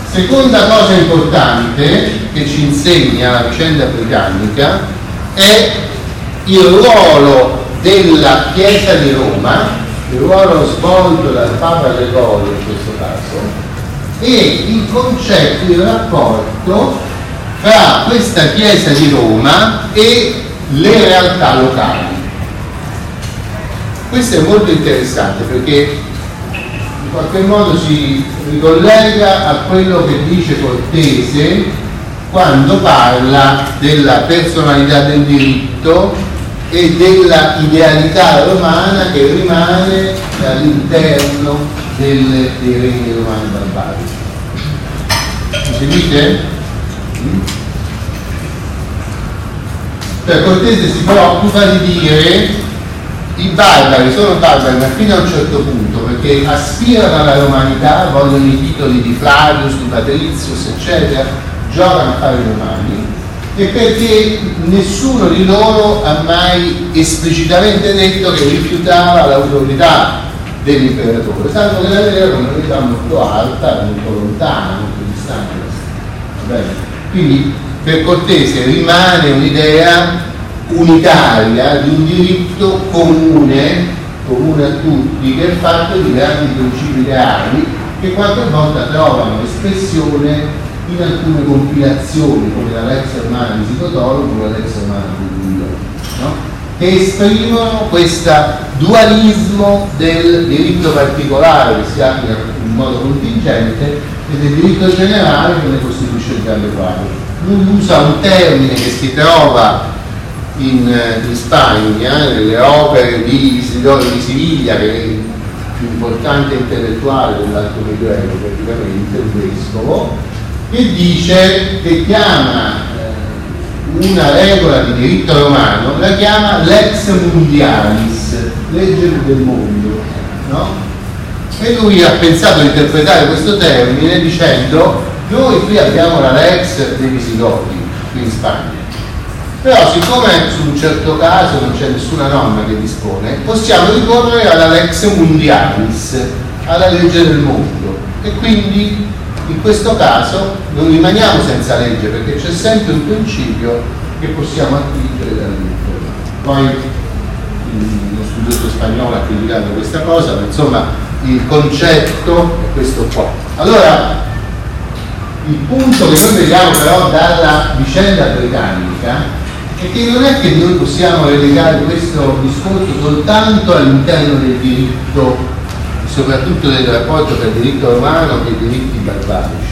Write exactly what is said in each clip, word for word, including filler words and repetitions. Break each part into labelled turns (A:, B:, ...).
A: Seconda cosa importante che ci insegna la vicenda britannica è il ruolo della Chiesa di Roma, il ruolo svolto dal Papa Gregorio in questo caso, e il concetto, il rapporto fra questa Chiesa di Roma e le realtà locali. Questo è molto interessante perché in qualche modo si ricollega a quello che dice Cortese quando parla della personalità del diritto e della idealità romana che rimane all'interno del, dei regni romani barbarici. Mi seguite? Per Cortese si preoccupa di dire i barbari sono barbari ma fino a un certo punto, perché aspirano alla romanità, vogliono i titoli di Flavius, di Patricius eccetera, giocano a fare i romani, e perché nessuno di loro ha mai esplicitamente detto che rifiutava l'autorità dell'imperatore, salvo che la era un'autorità molto alta, molto lontana, molto distante. Va bene? Quindi per Cortese rimane un'idea unitaria di un diritto comune, comune a tutti, che è fatto di grandi principi reali che qualche volta trovano espressione in alcune compilazioni come la Lex Romana di Sicotolo o la Lex Romana di Guido, no? Che esprimono questo dualismo del diritto particolare che si applica in modo contingente e del diritto generale che ne costituisce il grande quadro. Lui usa un termine che si trova In, in Spagna, nelle opere di Isidoro di Siviglia, che è il più importante intellettuale dell'Alto Medioevo, praticamente un vescovo, che dice, che chiama eh, una regola di diritto romano, la chiama lex mundialis, legge del mondo, no? E lui ha pensato di interpretare questo termine dicendo: noi qui abbiamo la lex dei Visigoti qui in Spagna, però siccome su un certo caso non c'è nessuna norma che dispone, possiamo ricorrere alla lex mundialis, alla legge del mondo, e quindi in questo caso non rimaniamo senza legge perché c'è sempre un principio che possiamo attingere dall'interno. Poi lo studioso spagnolo ha criticato questa cosa, ma insomma il concetto è questo qua. Allora il punto che noi vediamo però dalla vicenda britannica è che non è che noi possiamo relegare questo discorso soltanto all'interno del diritto, soprattutto del rapporto tra il diritto romano e i diritti barbarici.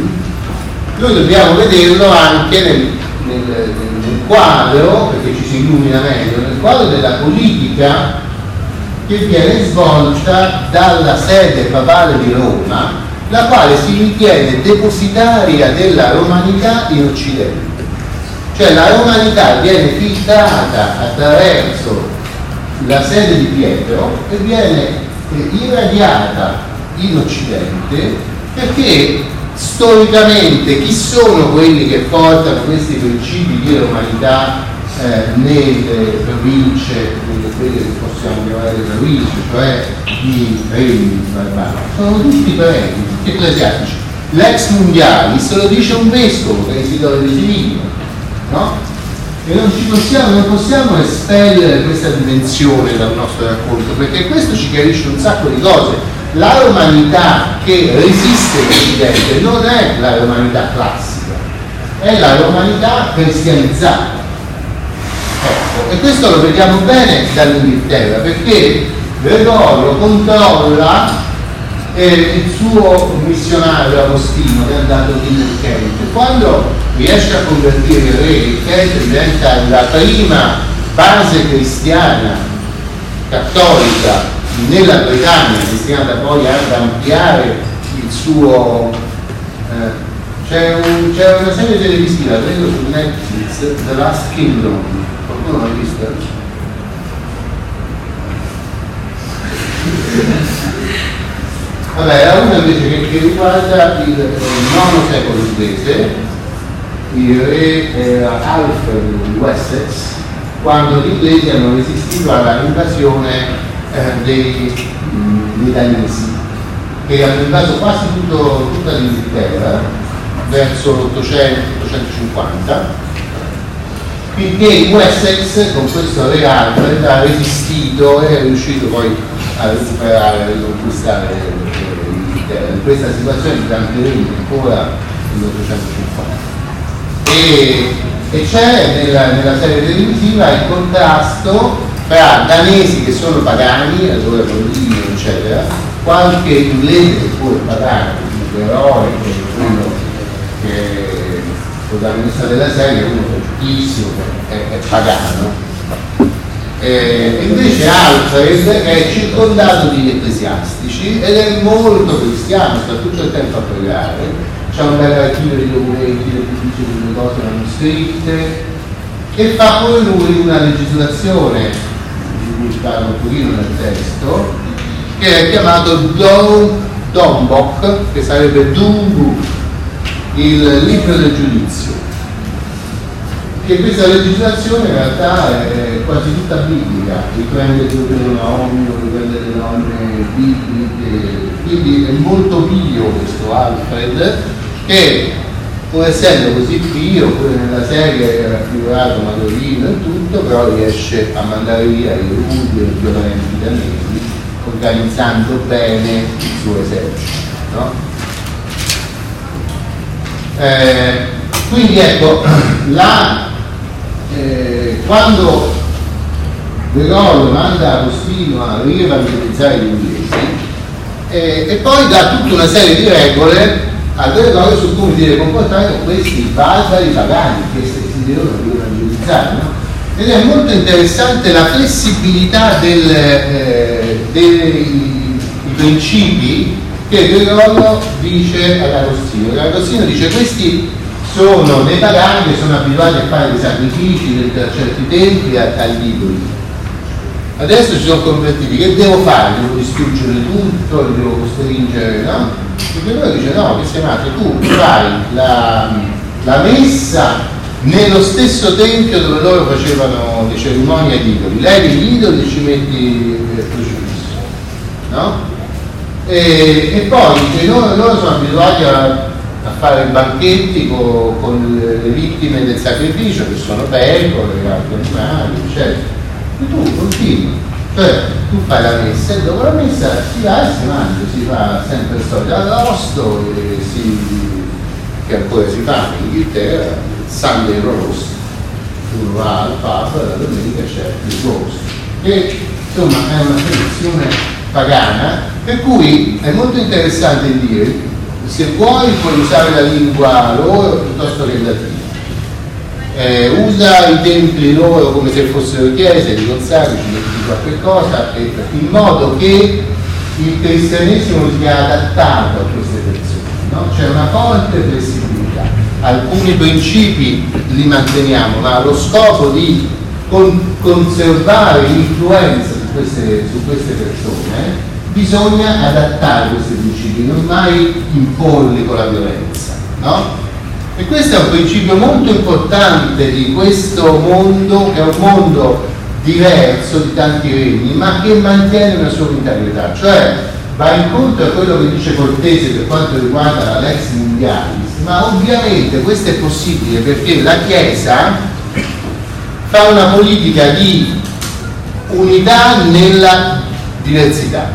A: Noi dobbiamo vederlo anche nel, nel, nel quadro, perché ci si illumina meglio, nel quadro della politica che viene svolta dalla sede papale di Roma, la quale si ritiene depositaria della romanità in Occidente. Cioè la romanità viene filtrata attraverso la sede di Pietro e viene irradiata in Occidente, perché storicamente chi sono quelli che portano questi principi di romanità eh, nelle province, nelle quelle che possiamo chiamare le province, cioè i regni barbari? Sono tutti preti, tutti ecclesiastici. L'ex mundialis lo dice un vescovo che è Isidoro di Siviglia, no? E non ci possiamo, non possiamo espellere questa dimensione dal nostro racconto, perché questo ci chiarisce un sacco di cose. La romanità che resiste in Occidente non è la romanità classica, è la romanità cristianizzata. Ecco, e questo lo vediamo bene dall'Inghilterra, perché Gregorio controlla eh, il suo missionario Agostino che è andato in Kent. Quando riesce a convertire il re, il Kent diventa la prima base cristiana cattolica nella Britannia, destinata poi ad ampliare il suo eh, c'è, un, c'è una serie televisiva, credo su Netflix, The Last Kingdom, qualcuno l'ha vista? Vabbè, era una invece che, che riguarda il, il nono secolo inglese. Il re era Alfred di Wessex, quando gli inglesi hanno resistito alla invasione eh, dei, dei danesi, che hanno invaso quasi tutto, tutta l'Inghilterra verso l'ottocento ottocentocinquanta, finché Wessex con questo re Alfred ha resistito e è riuscito poi a recuperare e riconquistare l'Inghilterra. In questa situazione di tanti regni ancora nell'ottocentocinquanta. E, e c'è nella, nella serie televisiva il contrasto tra danesi che sono pagani, allora Rodino eccetera, qualche inglese che pure è pagano, un eroe, che è quello che è protagonista della serie, uno fortissimo, è, è pagano. E invece Alfred è circondato di ecclesiastici ed è molto cristiano, sta tutto il tempo a pregare. C'è un bel archivio di documenti che dice che le cose erano scritte e fa poi lui una legislazione di cui parla un pochino nel testo che è chiamato Dom, Dombok, che sarebbe Dungu, il libro del giudizio, che questa legislazione in realtà è quasi tutta biblica, riprende il Deuteronomio, riprende le norme bibliche, quindi è molto pio questo Alfred, che pur essendo così pio, pure nella serie è raffigurato Madolino e tutto, però riesce a mandare via i rudi e i violenti danesi, organizzando bene il suo esercito, no? Eh, quindi ecco, la, eh, quando De Gaulle manda Agostino a rievangelizzare gli inglesi eh, e poi dà tutta una serie di regole a De Gaulle su come si deve comportare con questi barbari pagani che si devono rievangelizzare, no? Ed è molto interessante la flessibilità del, eh, dei principi che De Gaulle dice ad Agostino. Agostino dice: questi sono dei pagani che sono abituati a fare dei sacrifici da certi tempi agli idoli. Adesso ci sono convertiti, che devo fare? Devo distruggere tutto, li devo costringere, no? E lui dice: no, che sei matto, tu fai la, la messa nello stesso tempio dove loro facevano le cerimonie agli idoli, levi gli idoli e ci metti il crocifisso, no? E, e poi cioè, loro, loro sono abituati a, a fare banchetti co, con le, le vittime del sacrificio, che sono pecore, altri animali, eccetera. E tu continui, cioè tu fai la messa e dopo la messa si va e si mangia, si fa sempre il solito arrosto e si, che ancora si fa in Inghilterra, Sunday roast, uno va al pub, la domenica c'è il roast, che insomma è una tradizione pagana, per cui è molto interessante dire: se vuoi puoi usare la lingua loro piuttosto che il latino, eh, usa i templi loro come se fossero chiese, li consacri, ci metti qualche cosa, e, in modo che il cristianesimo sia adattato a queste persone, no? C'è una forte flessibilità. Alcuni principi li manteniamo, ma allo scopo di con- conservare l'influenza su queste, su queste persone bisogna adattare questi principi, non mai imporli con la violenza, no? E questo è un principio molto importante di questo mondo, che è un mondo diverso di tanti regni, ma che mantiene una sua unitarietà, cioè va incontro a quello che dice Cortese per quanto riguarda la lex mondialis, ma ovviamente questo è possibile perché la Chiesa fa una politica di unità nella diversità.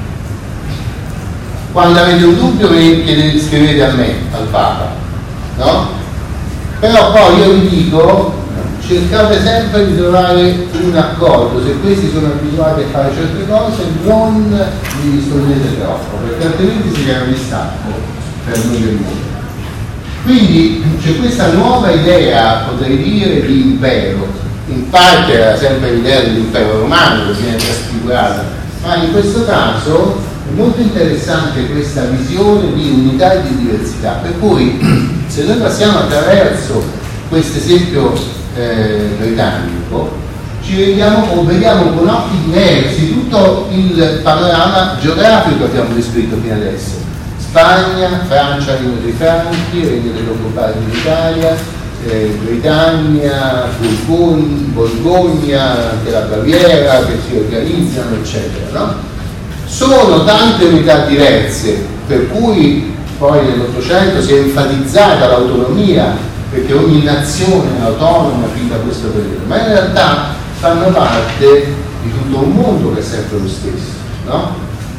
A: Quando avete un dubbio vi scrivete a me, al Papa, no? Però poi io vi dico: cercate sempre di trovare un accordo. Se questi sono abituati a fare certe cose, non vi distogliete troppo, perché altrimenti si crea un distacco per noi del mondo. Quindi c'è questa nuova idea, potrei dire, di impero. In parte era sempre l'idea dell'impero romano che viene trasfigurata, ma in questo caso è molto interessante questa visione di unità e di diversità. Per cui se noi passiamo attraverso questo esempio eh, britannico, ci rendiamo o vediamo con occhi diversi tutto il panorama geografico che abbiamo descritto fino adesso: Spagna, Francia, Regno dei Franchi, Regno dei Longobardi in Italia, eh, Britannia, Borgogna, Borgogna, anche la Baviera che si organizzano, eccetera, no? Sono tante unità diverse, per cui poi nell'Ottocento si è enfatizzata l'autonomia, perché ogni nazione è autonoma fin da questo periodo, ma in realtà fanno parte di tutto un mondo che è sempre lo stesso, no?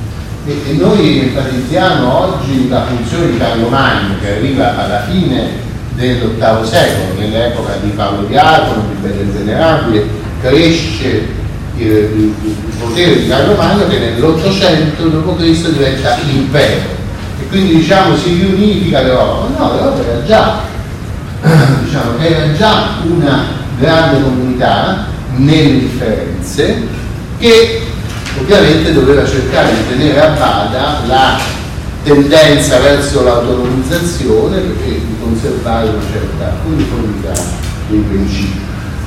A: E, e noi enfatizziamo oggi la funzione di Carlo Magno, che arriva alla fine dell'ottavo secolo, nell'epoca di Paolo Diacono, di Bene il Venerabile, cresce il, il, il potere di Carlo Magno, che nell'Ottocento dopo Cristo diventa l'impero, e quindi diciamo si riunifica l'Europa. No, l'Europa era già, diciamo, era già una grande comunità nelle differenze, che ovviamente doveva cercare di tenere a bada la tendenza verso l'autonomizzazione e di conservare una certa uniformità dei principi.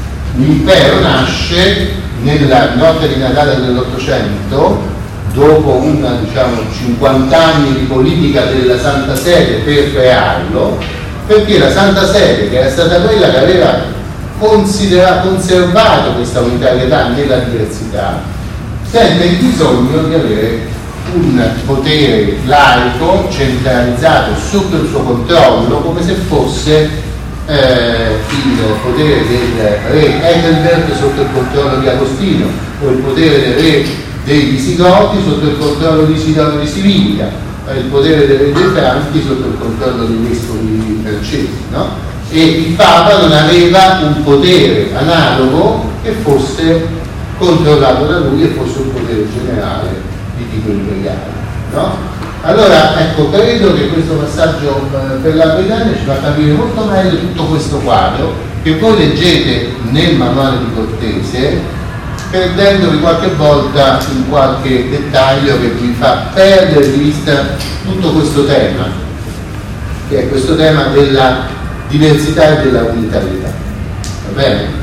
A: L'impero nasce nella notte di Natale dell'Ottocento, dopo una, diciamo, cinquanta anni di politica della Santa Sede per crearlo, perché la Santa Sede, che era stata quella che aveva considerato, conservato questa unitarietà nella diversità, sente il bisogno di avere un potere laico centralizzato sotto il suo controllo, come se fosse eh, il potere del re Ethelbert sotto il controllo di Agostino, o il potere del re dei Visigoti sotto il controllo di Isidoro di Siviglia, o il potere del re dei Franchi sotto il controllo dei vescovi francesi, no? E il Papa non aveva un potere analogo che fosse controllato da lui e fosse un potere generale di tipo imperiale, no? Allora, ecco, credo che questo passaggio eh, per la Britannia ci fa capire molto meglio tutto questo quadro, che voi leggete nel manuale di Cortese, perdendovi qualche volta in qualche dettaglio che vi fa perdere di vista tutto questo tema, che è questo tema della diversità e della unitarietà. Va bene?